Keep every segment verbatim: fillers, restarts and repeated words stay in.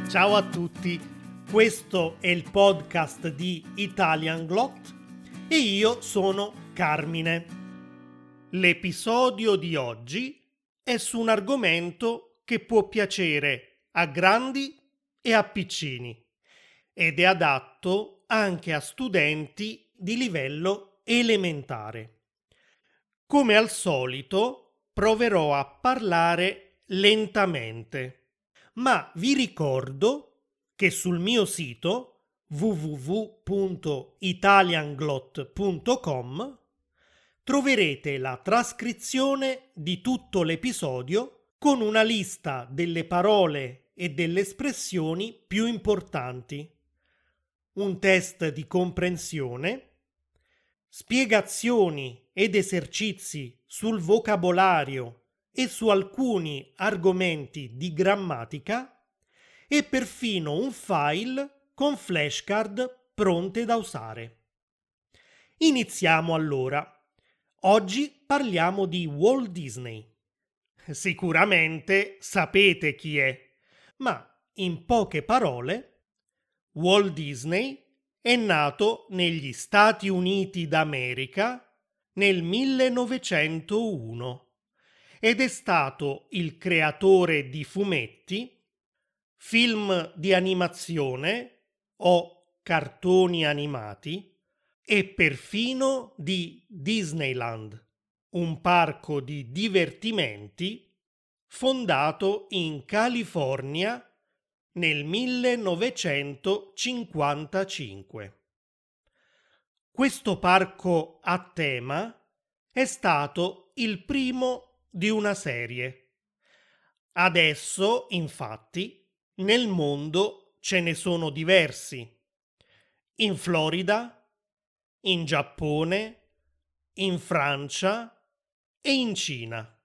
Ciao a tutti, questo è il podcast di Italianglot e io sono Carmine. L'episodio di oggi è su un argomento che può piacere a grandi e a piccini ed è adatto anche a studenti di livello elementare. Come al solito proverò a parlare lentamente, ma vi ricordo che sul mio sito w w w punto italianglot punto com troverete la trascrizione di tutto l'episodio con una lista delle parole e delle espressioni più importanti, un test di comprensione, spiegazioni ed esercizi sul vocabolario e su alcuni argomenti di grammatica e perfino un file con flashcard pronte da usare. Iniziamo allora. Oggi parliamo di Walt Disney. Sicuramente sapete chi è, ma in poche parole, Walt Disney è nato negli Stati Uniti d'America nel millenovecentouno ed è stato il creatore di fumetti, film di animazione o cartoni animati e perfino di Disneyland, un parco di divertimenti fondato in California nel millenovecentocinquantacinque. Questo parco a tema è stato il primo di una serie. Adesso, infatti, nel mondo ce ne sono diversi. In Florida, in Giappone, in Francia e in Cina.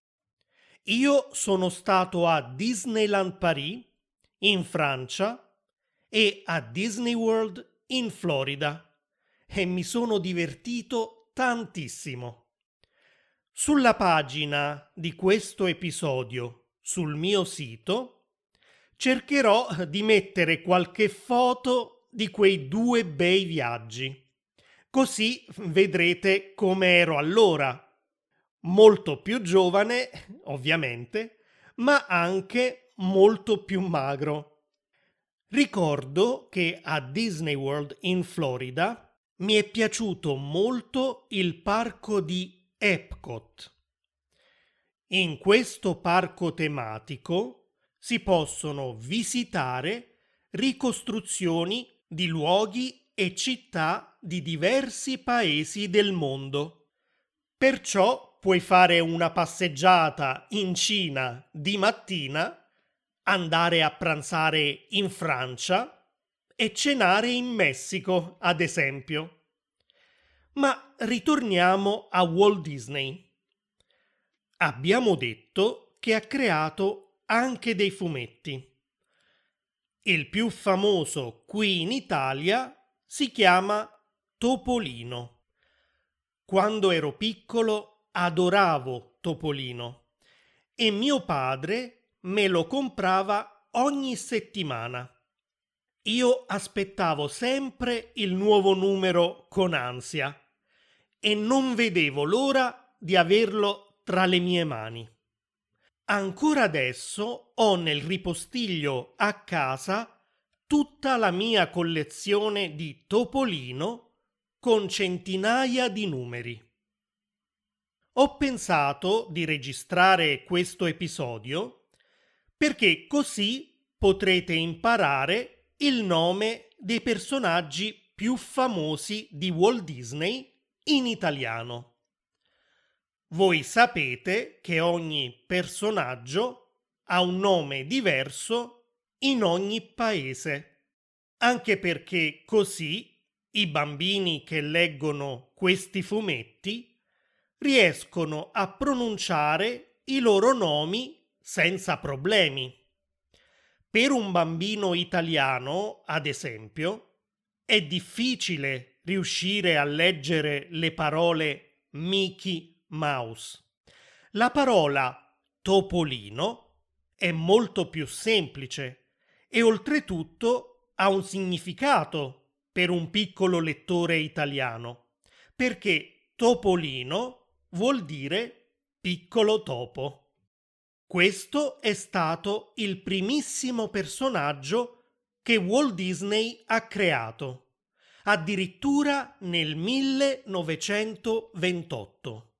Io sono stato a Disneyland Paris, in Francia, e a Disney World in Florida e mi sono divertito tantissimo. Sulla pagina di questo episodio, sul mio sito, cercherò di mettere qualche foto di quei due bei viaggi. Così vedrete come ero allora. Molto più giovane, ovviamente, ma anche molto più magro. Ricordo che a Disney World in Florida mi è piaciuto molto il parco di Epcot. In questo parco tematico si possono visitare ricostruzioni di luoghi e città di diversi paesi del mondo. Perciò puoi fare una passeggiata in Cina di mattina, andare a pranzare in Francia e cenare in Messico, ad esempio. Ma ritorniamo a Walt Disney. Abbiamo detto che ha creato anche dei fumetti. Il più famoso qui in Italia si chiama Topolino. Quando ero piccolo adoravo Topolino e mio padre me lo comprava ogni settimana. Io aspettavo sempre il nuovo numero con ansia e non vedevo l'ora di averlo tra le mie mani. Ancora adesso ho nel ripostiglio a casa tutta la mia collezione di Topolino con centinaia di numeri. Ho pensato di registrare questo episodio perché così potrete imparare il nome dei personaggi più famosi di Walt Disney in italiano. Voi sapete che ogni personaggio ha un nome diverso in ogni paese, anche perché così i bambini che leggono questi fumetti riescono a pronunciare i loro nomi senza problemi. Per un bambino italiano, ad esempio, è difficile riuscire a leggere le parole Mickey Mouse. La parola Topolino è molto più semplice e oltretutto ha un significato per un piccolo lettore italiano, perché Topolino vuol dire piccolo topo. Questo è stato il primissimo personaggio che Walt Disney ha creato, addirittura nel millenovecentoventotto.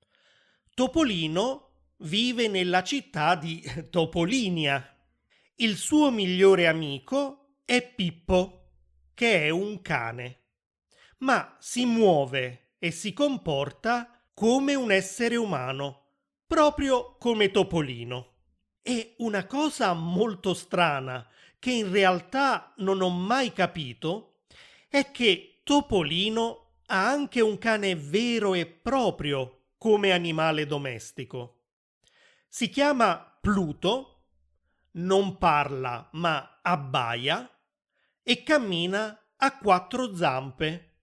Topolino vive nella città di Topolinia. Il suo migliore amico è Pippo, che è un cane, ma si muove e si comporta come un essere umano, proprio come Topolino. E una cosa molto strana, che in realtà non ho mai capito, è che Topolino ha anche un cane vero e proprio come animale domestico. Si chiama Pluto, non parla ma abbaia e cammina a quattro zampe.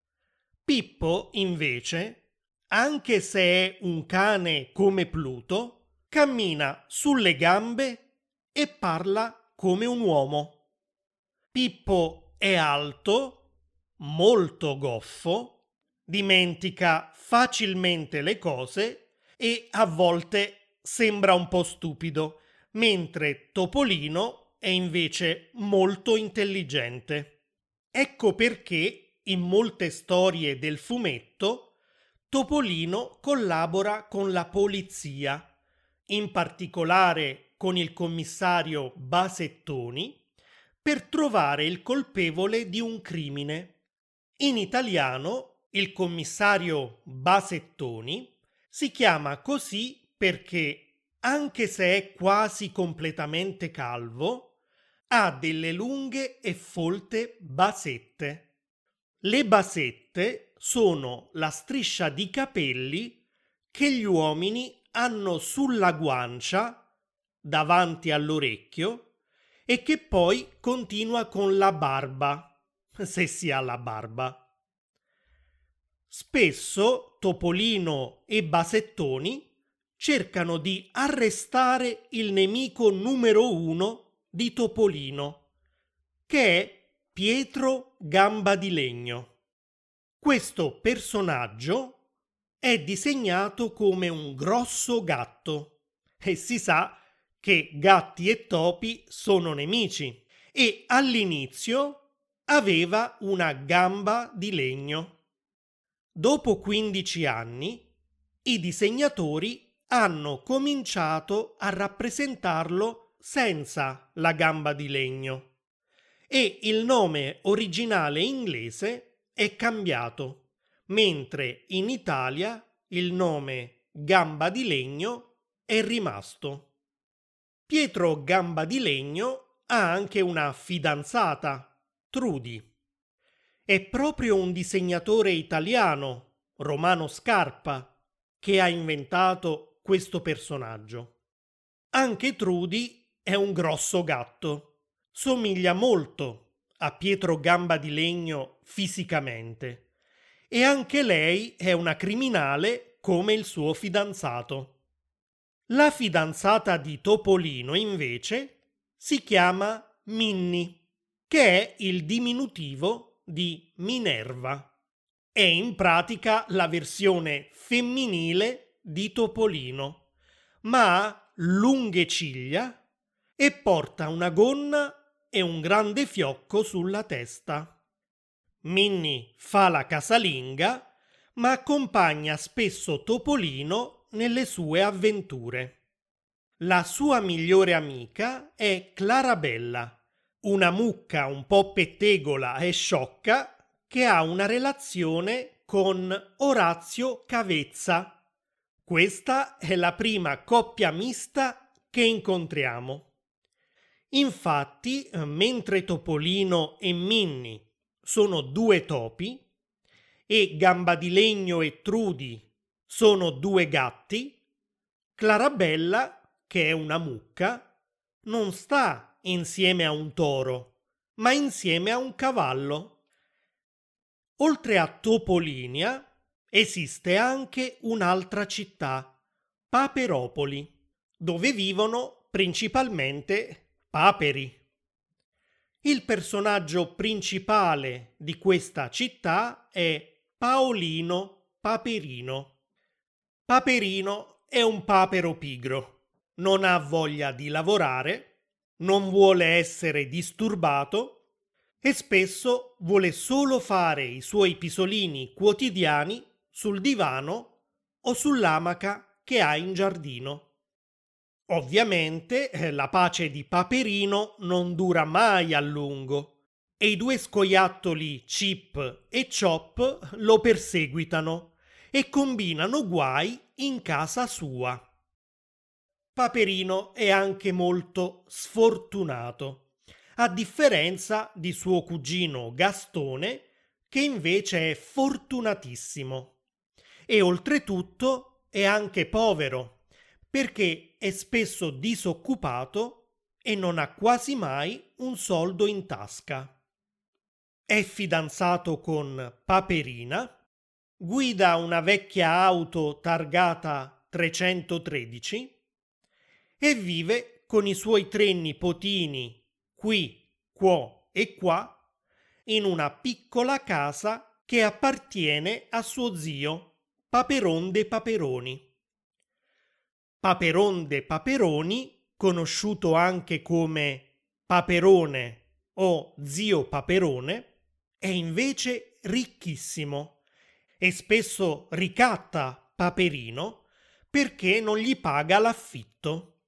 Pippo, invece, anche se è un cane come Pluto, cammina sulle gambe e parla come un uomo. Pippo è alto, molto goffo, dimentica facilmente le cose e a volte sembra un po' stupido, mentre Topolino è invece molto intelligente. Ecco perché in molte storie del fumetto Topolino collabora con la polizia, in particolare con il commissario Basettoni, per trovare il colpevole di un crimine. In italiano il commissario Basettoni si chiama così perché, anche se è quasi completamente calvo, ha delle lunghe e folte basette. Le basette sono la striscia di capelli che gli uomini hanno sulla guancia, davanti all'orecchio, e che poi continua con la barba, se si ha la barba. Spesso Topolino e Basettoni cercano di arrestare il nemico numero uno di Topolino, che è Pietro Gamba di Legno. Questo personaggio è disegnato come un grosso gatto e si sa che gatti e topi sono nemici e all'inizio aveva una gamba di legno. Dopo quindici anni i disegnatori hanno cominciato a rappresentarlo senza la gamba di legno e il nome originale inglese è cambiato, mentre in Italia il nome Gamba di Legno è rimasto. Pietro Gamba di Legno ha anche una fidanzata, Trudy. È proprio un disegnatore italiano, Romano Scarpa, che ha inventato questo personaggio. Anche Trudy è un grosso gatto. Somiglia molto a Pietro Gamba di Legno fisicamente. E anche lei è una criminale come il suo fidanzato. La fidanzata di Topolino, invece, si chiama Minnie, che è il diminutivo di Minerva. È in pratica la versione femminile di Topolino, ma ha lunghe ciglia e porta una gonna e un grande fiocco sulla testa. Minnie fa la casalinga, ma accompagna spesso Topolino nelle sue avventure. La sua migliore amica è Clarabella, una mucca un po' pettegola e sciocca che ha una relazione con Orazio Cavezza. Questa è la prima coppia mista che incontriamo. Infatti, mentre Topolino e Minnie sono due topi e Gamba di Legno e Trudy sono due gatti, Clarabella, che è una mucca, non sta insieme a un toro, ma insieme a un cavallo. Oltre a Topolinia esiste anche un'altra città, Paperopoli, dove vivono principalmente paperi. Il personaggio principale di questa città è Paolino Paperino. Paperino è un papero pigro, non ha voglia di lavorare, non vuole essere disturbato e spesso vuole solo fare i suoi pisolini quotidiani sul divano o sull'amaca che ha in giardino. Ovviamente eh, la pace di Paperino non dura mai a lungo e i due scoiattoli Chip e Chop lo perseguitano e combinano guai in casa sua. Paperino è anche molto sfortunato, a differenza di suo cugino Gastone, che invece è fortunatissimo. E oltretutto è anche povero, perché è spesso disoccupato e non ha quasi mai un soldo in tasca. È fidanzato con Paperina, guida una vecchia auto targata trecentotredici e vive con i suoi tre nipotini qui, quo e qua in una piccola casa che appartiene a suo zio Paperon de Paperoni. Paperon de Paperoni, conosciuto anche come Paperone o zio Paperone, è invece ricchissimo e spesso ricatta Paperino perché non gli paga l'affitto.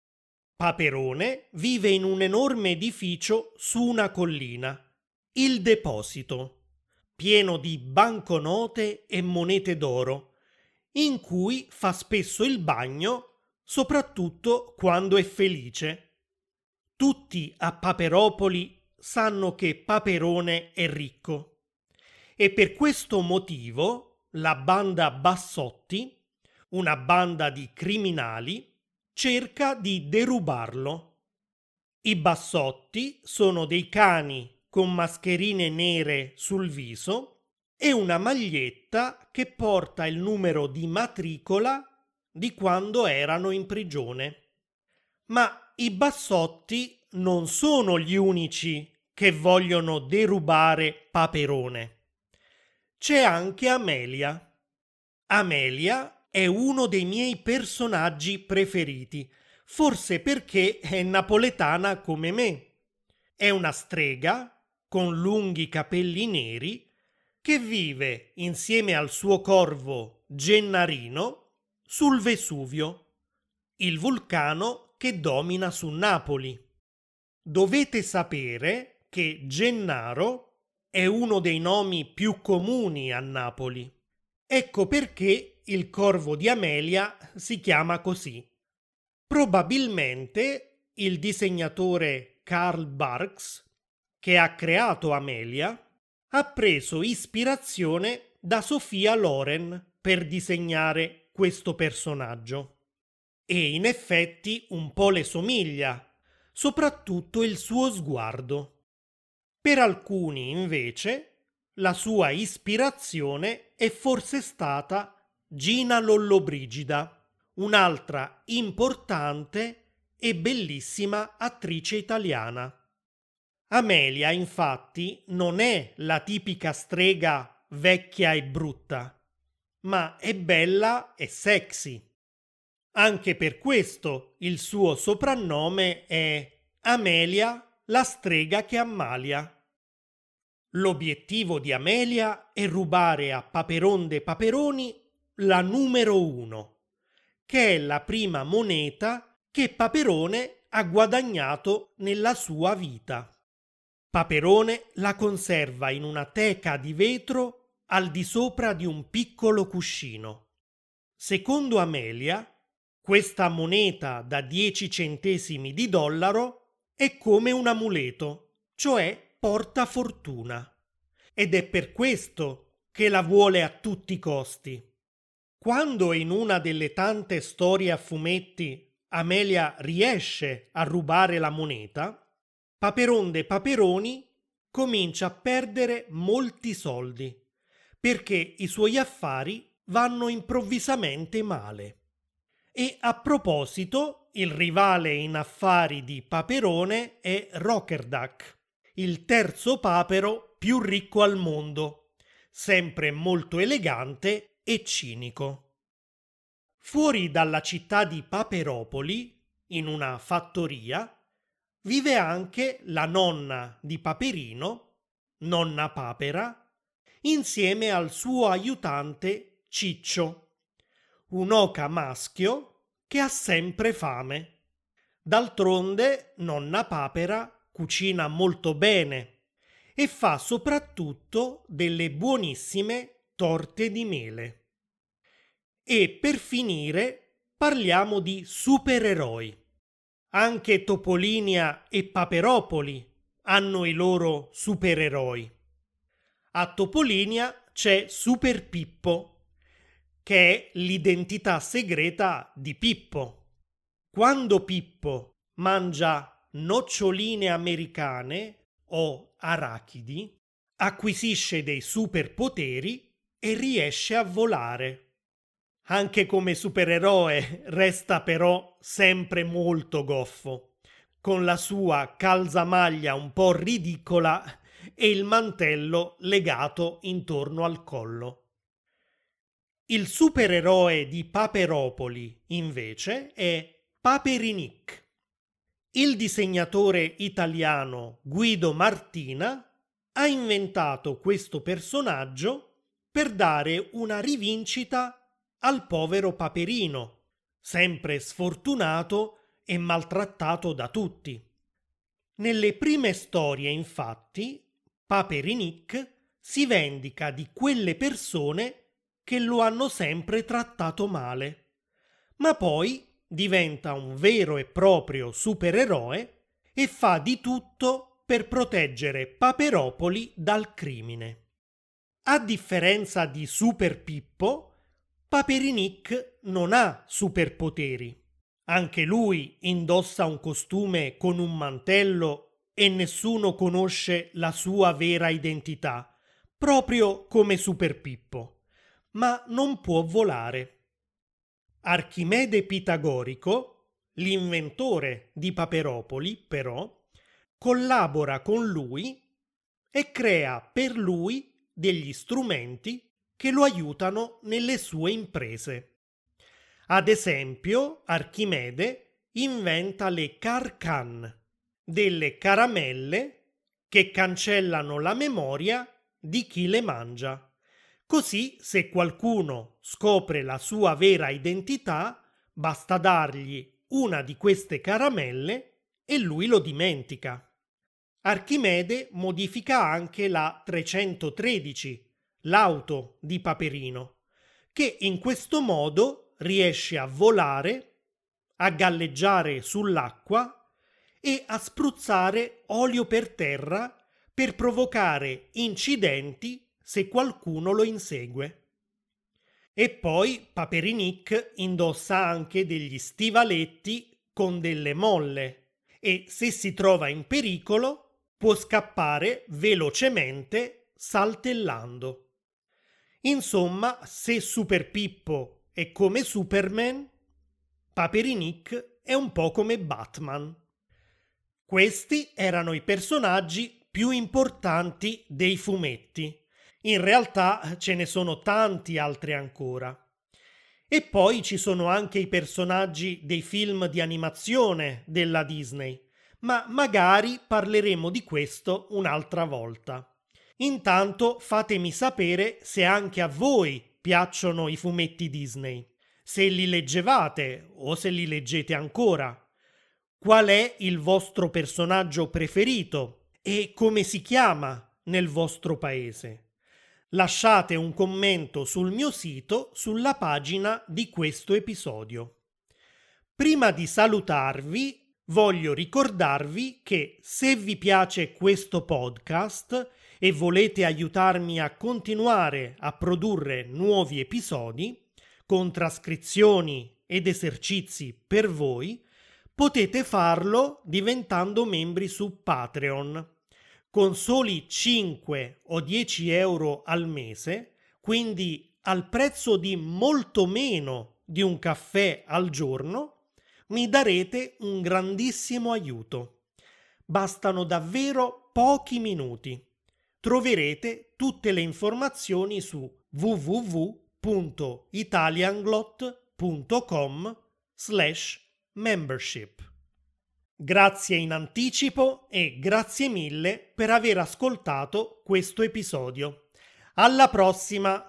Paperone vive in un enorme edificio su una collina, il Deposito, pieno di banconote e monete d'oro, in cui fa spesso il bagno, soprattutto quando è felice. Tutti a Paperopoli sanno che Paperone è ricco e per questo motivo la banda Bassotti, una banda di criminali, cerca di derubarlo. I Bassotti sono dei cani con mascherine nere sul viso e una maglietta che porta il numero di matricola di quando erano in prigione. Ma i Bassotti non sono gli unici che vogliono derubare Paperone. C'è anche Amelia. Amelia è uno dei miei personaggi preferiti, forse perché è napoletana come me. È una strega con lunghi capelli neri che vive insieme al suo corvo Gennarino sul Vesuvio, il vulcano che domina su Napoli. Dovete sapere che Gennaro è uno dei nomi più comuni a Napoli. Ecco perché il corvo di Amelia si chiama così. Probabilmente il disegnatore Karl Barks, che ha creato Amelia, ha preso ispirazione da Sofia Loren per disegnare questo personaggio. E in effetti un po' le somiglia, soprattutto il suo sguardo. Per alcuni, invece, la sua ispirazione è forse stata Gina Lollobrigida, un'altra importante e bellissima attrice italiana. Amelia, infatti, non è la tipica strega vecchia e brutta, ma è bella e sexy. Anche per questo il suo soprannome è Amelia, la strega che ammalia. L'obiettivo di Amelia è rubare a Paperon de Paperoni la numero uno, che è la prima moneta che Paperone ha guadagnato nella sua vita. Paperone la conserva in una teca di vetro al di sopra di un piccolo cuscino. Secondo Amelia, questa moneta da dieci centesimi di dollaro è come un amuleto, cioè porta fortuna. Ed è per questo che la vuole a tutti i costi. Quando in una delle tante storie a fumetti Amelia riesce a rubare la moneta, Paperon de Paperoni comincia a perdere molti soldi perché i suoi affari vanno improvvisamente male. E a proposito, il rivale in affari di Paperone è Rockerduck, il terzo papero più ricco al mondo, sempre molto elegante e cinico. Fuori dalla città di Paperopoli, in una fattoria, vive anche la nonna di Paperino, nonna Papera, insieme al suo aiutante Ciccio, un'oca maschio che ha sempre fame. D'altronde nonna Papera cucina molto bene e fa soprattutto delle buonissime torte di mele. E per finire parliamo di supereroi. Anche Topolinia e Paperopoli hanno i loro supereroi. A Topolinia c'è Super Pippo, che è l'identità segreta di Pippo. Quando Pippo mangia noccioline americane o arachidi, acquisisce dei superpoteri e riesce a volare. Anche come supereroe resta però sempre molto goffo, con la sua calzamaglia un po' ridicola e il mantello legato intorno al collo. Il supereroe di Paperopoli, invece, è Paperinik. Il disegnatore italiano Guido Martina ha inventato questo personaggio per dare una rivincita al povero Paperino, sempre sfortunato e maltrattato da tutti. Nelle prime storie, infatti, Paperinik si vendica di quelle persone che lo hanno sempre trattato male, ma poi diventa un vero e proprio supereroe e fa di tutto per proteggere Paperopoli dal crimine. A differenza di Super Pippo, Paperinik non ha superpoteri. Anche lui indossa un costume con un mantello e nessuno conosce la sua vera identità, proprio come Super Pippo, ma non può volare. Archimede Pitagorico, l'inventore di Paperopoli, però, collabora con lui e crea per lui degli strumenti che lo aiutano nelle sue imprese. Ad esempio, Archimede inventa le Car-Can, delle caramelle che cancellano la memoria di chi le mangia. Così, se qualcuno scopre la sua vera identità, basta dargli una di queste caramelle e lui lo dimentica. Archimede modifica anche la trecentotredici, l'auto di Paperino, che in questo modo riesce a volare, a galleggiare sull'acqua e a spruzzare olio per terra per provocare incidenti se qualcuno lo insegue. E poi Paperinik indossa anche degli stivaletti con delle molle e se si trova in pericolo può scappare velocemente saltellando. Insomma, se Super Pippo è come Superman, Paperinik è un po' come Batman. Questi erano i personaggi più importanti dei fumetti. In realtà ce ne sono tanti altri ancora. E poi ci sono anche i personaggi dei film di animazione della Disney, ma magari parleremo di questo un'altra volta. Intanto fatemi sapere se anche a voi piacciono i fumetti Disney, se li leggevate o se li leggete ancora. Qual è il vostro personaggio preferito e come si chiama nel vostro paese? Lasciate un commento sul mio sito sulla pagina di questo episodio. Prima di salutarvi, voglio ricordarvi che se vi piace questo podcast e volete aiutarmi a continuare a produrre nuovi episodi, con trascrizioni ed esercizi per voi, potete farlo diventando membri su Patreon. Con soli cinque o dieci euro al mese, quindi al prezzo di molto meno di un caffè al giorno, mi darete un grandissimo aiuto. Bastano davvero pochi minuti. Troverete tutte le informazioni su w w w punto italianglot punto com slash membership. Grazie in anticipo e grazie mille per aver ascoltato questo episodio. Alla prossima!